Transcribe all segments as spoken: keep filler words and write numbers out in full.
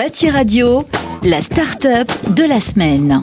Bâti Radio, la start-up de la semaine.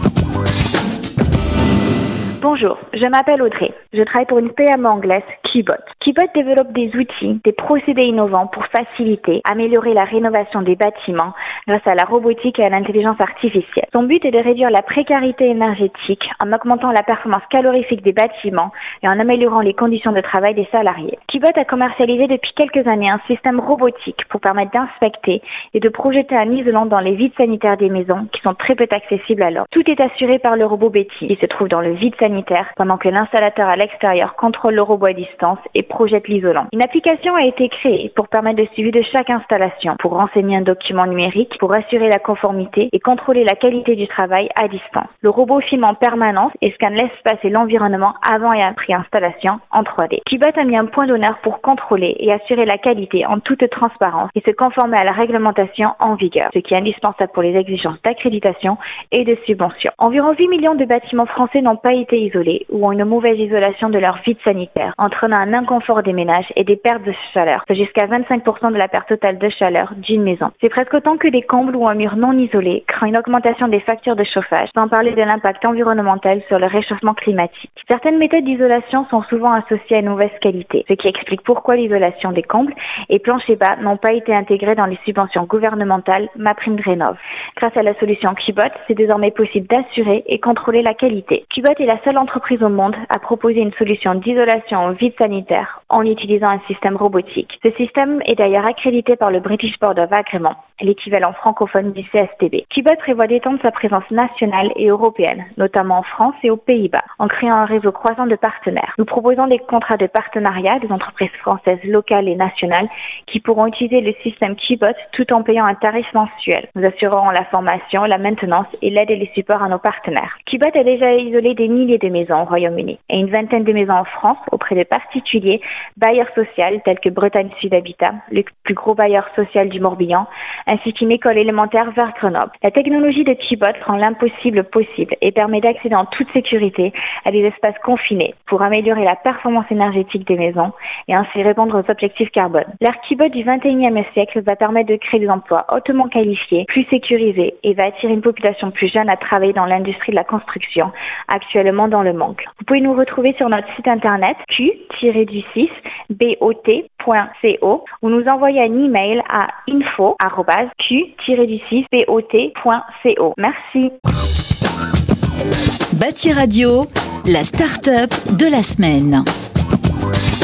Bonjour, je m'appelle Audrey. Je travaille pour une P M E anglaise, Keybot. Keybot développe des outils, des procédés innovants pour faciliter, améliorer la rénovation des bâtiments grâce à la robotique et à l'intelligence artificielle. Son but est de réduire la précarité énergétique en augmentant la performance calorifique des bâtiments et en améliorant les conditions de travail des salariés. Keybot a commercialisé depuis quelques années un système robotique pour permettre d'inspecter et de projeter un isolant dans les vides sanitaires des maisons qui sont très peu accessibles à l'homme. Tout est assuré par le robot Betty qui se trouve dans le vide sanitaire pendant que l'installateur à l'extérieur contrôle le robot à distance et projette l'isolant. Une application a été créée pour permettre le suivi de chaque installation, pour renseigner un document numérique, pour assurer la conformité et contrôler la qualité du travail à distance. Le robot filme en permanence et scanne l'espace et l'environnement avant et après installation en trois D. Keybot a mis un point d'honneur pour contrôler et assurer la qualité en toute transparence et se conformer à la réglementation en vigueur, ce qui est indispensable pour les exigences d'accréditation et de subvention. Environ huit millions de bâtiments français n'ont pas été isolés ou ont une mauvaise isolation de leur vide sanitaire, entraînant un inconfort des ménages et des pertes de chaleur, c'est jusqu'à vingt-cinq pour cent de la perte totale de chaleur d'une maison. C'est presque autant que des combles ou un mur non isolé, créant une augmentation des factures de chauffage, sans parler de l'impact environnemental sur le réchauffement climatique. Certaines méthodes d'isolation sont souvent associées à une mauvaise qualité, ce qui explique pourquoi l'isolation des combles et planchers bas n'ont pas été intégrés dans les subventions gouvernementales MaPrimeRénov'. Grâce à la solution Keybot, c'est désormais possible d'assurer et contrôler la qualité. Keybot est la seule entreprise au monde à proposer une solution d'isolation au vide sanitaire en utilisant un système robotique. Ce système est d'ailleurs accrédité par le British Board of Agreement, l'équivalent francophone du C S T B. Keybot prévoit d'étendre sa présence nationale et européenne, notamment en France et aux Pays-Bas, en créant un réseau croissant de partenaires. Nous proposons des contrats de partenariat des entreprises françaises locales et nationales qui pourront utiliser le système Keybot tout en payant un tarif mensuel. Nous assurerons la formation, la maintenance et l'aide et les supports à nos partenaires. Keybot a déjà isolé des milliers de maisons au Royaume-Uni et une vingtaine de maisons en France auprès de particuliers, bailleurs sociaux tels que Bretagne Sud Habitat, le plus gros bailleur social du Morbihan, ainsi qu'une école élémentaire vers Grenoble. La technologie de Keybot rend l'impossible possible et permet d'accéder en toute sécurité à des espaces confinés pour améliorer la performance énergétique des maisons et ainsi répondre aux objectifs carbone. L'ère Keybot du vingt et unième siècle va permettre de créer des emplois hautement qualifiés, plus sécurisés et va attirer une population plus jeune à travailler dans l'industrie de la construction, actuellement dans le manque. Vous pouvez nous retrouver sur notre site internet q du six bot point co ou nous envoyer un email à info arobase q du six bot point co. Merci. Bâti Radio, la start-up de la semaine.